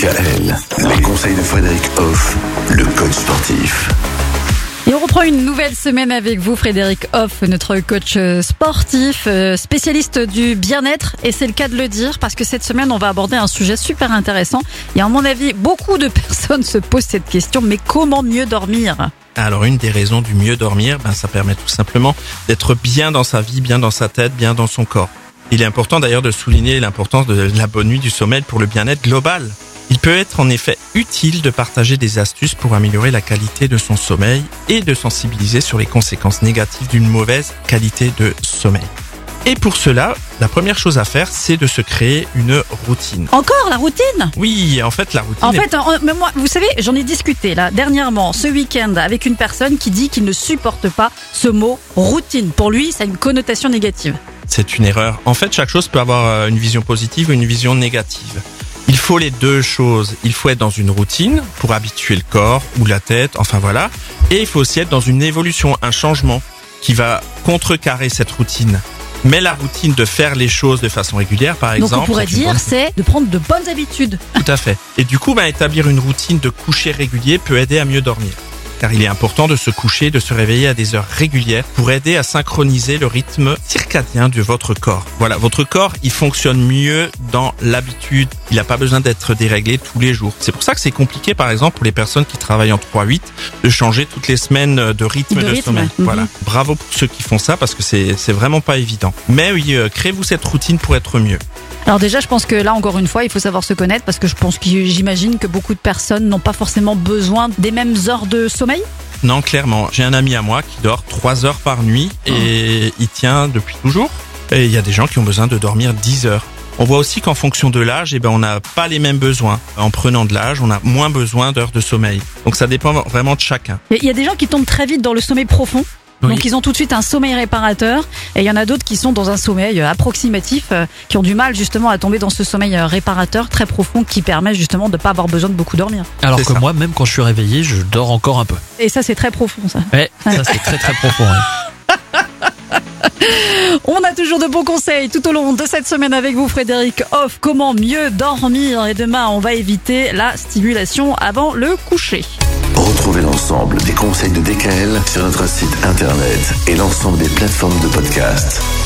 DKL, les conseils de Frédéric Hoff, le coach sportif. Et on reprend une nouvelle semaine avec vous, Frédéric Hoff, notre coach sportif, spécialiste du bien-être. Et c'est le cas de le dire parce que cette semaine, on va aborder un sujet super intéressant. Et à mon avis, beaucoup de personnes se posent cette question, mais comment mieux dormir ? Alors une des raisons du mieux dormir, ça permet tout simplement d'être bien dans sa vie, bien dans sa tête, bien dans son corps. Il est important d'ailleurs de souligner l'importance de la bonne nuit du sommeil pour le bien-être global. Il peut être en effet utile de partager des astuces pour améliorer la qualité de son sommeil et de sensibiliser sur les conséquences négatives d'une mauvaise qualité de sommeil. Et pour cela, la première chose à faire, c'est de se créer une routine. Encore la routine ? Oui, en fait, la routine... Mais moi, vous savez, j'en ai discuté là dernièrement, ce week-end, avec une personne qui dit qu'il ne supporte pas ce mot routine. Pour lui, ça a une connotation négative. C'est une erreur. En fait, chaque chose peut avoir une vision positive ou une vision négative. Il faut les deux choses. Il faut être dans une routine pour habituer le corps ou la tête, enfin voilà. Et il faut aussi être dans une évolution, un changement qui va contrecarrer cette routine. Mais la routine de faire les choses de façon régulière, par exemple... Donc on pourrait dire, c'est de prendre de bonnes habitudes. Tout à fait. Et du coup, établir une routine de coucher régulier peut aider à mieux dormir. Car il est important de se coucher, de se réveiller à des heures régulières pour aider à synchroniser le rythme circadien de votre corps. Voilà, votre corps, il fonctionne mieux dans l'habitude. Il n'a pas besoin d'être déréglé tous les jours. C'est pour ça que c'est compliqué, par exemple, pour les personnes qui travaillent en 3-8, de changer toutes les semaines de rythme de sommeil. Voilà. Bravo pour ceux qui font ça parce que c'est vraiment pas évident. Mais oui, créez-vous cette routine pour être mieux. Alors déjà, je pense que là, encore une fois, il faut savoir se connaître parce que j'imagine que beaucoup de personnes n'ont pas forcément besoin des mêmes heures de sommeil. Non, clairement. J'ai un ami à moi qui dort 3 heures par nuit et il tient depuis toujours. Et il y a des gens qui ont besoin de dormir 10 heures. On voit aussi qu'en fonction de l'âge, on n'a pas les mêmes besoins. En prenant de l'âge, on a moins besoin d'heures de sommeil. Donc ça dépend vraiment de chacun. Il y a des gens qui tombent très vite dans le sommeil profond. Oui. Donc ils ont tout de suite un sommeil réparateur et il y en a d'autres qui sont dans un sommeil approximatif, qui ont du mal justement à tomber dans ce sommeil réparateur très profond qui permet justement de ne pas avoir besoin de beaucoup dormir. Alors C'est que ça. moi, même quand je suis réveillé, je dors encore un peu. Et ça c'est très profond ça. Ouais, ça c'est très très profond. Ouais. On a toujours de bons conseils tout au long de cette semaine avec vous Frédéric Hoff, comment mieux dormir et demain on va éviter la stimulation avant le coucher. Retrouvez l'ensemble des conseils de DKL sur notre site internet et l'ensemble des plateformes de podcast.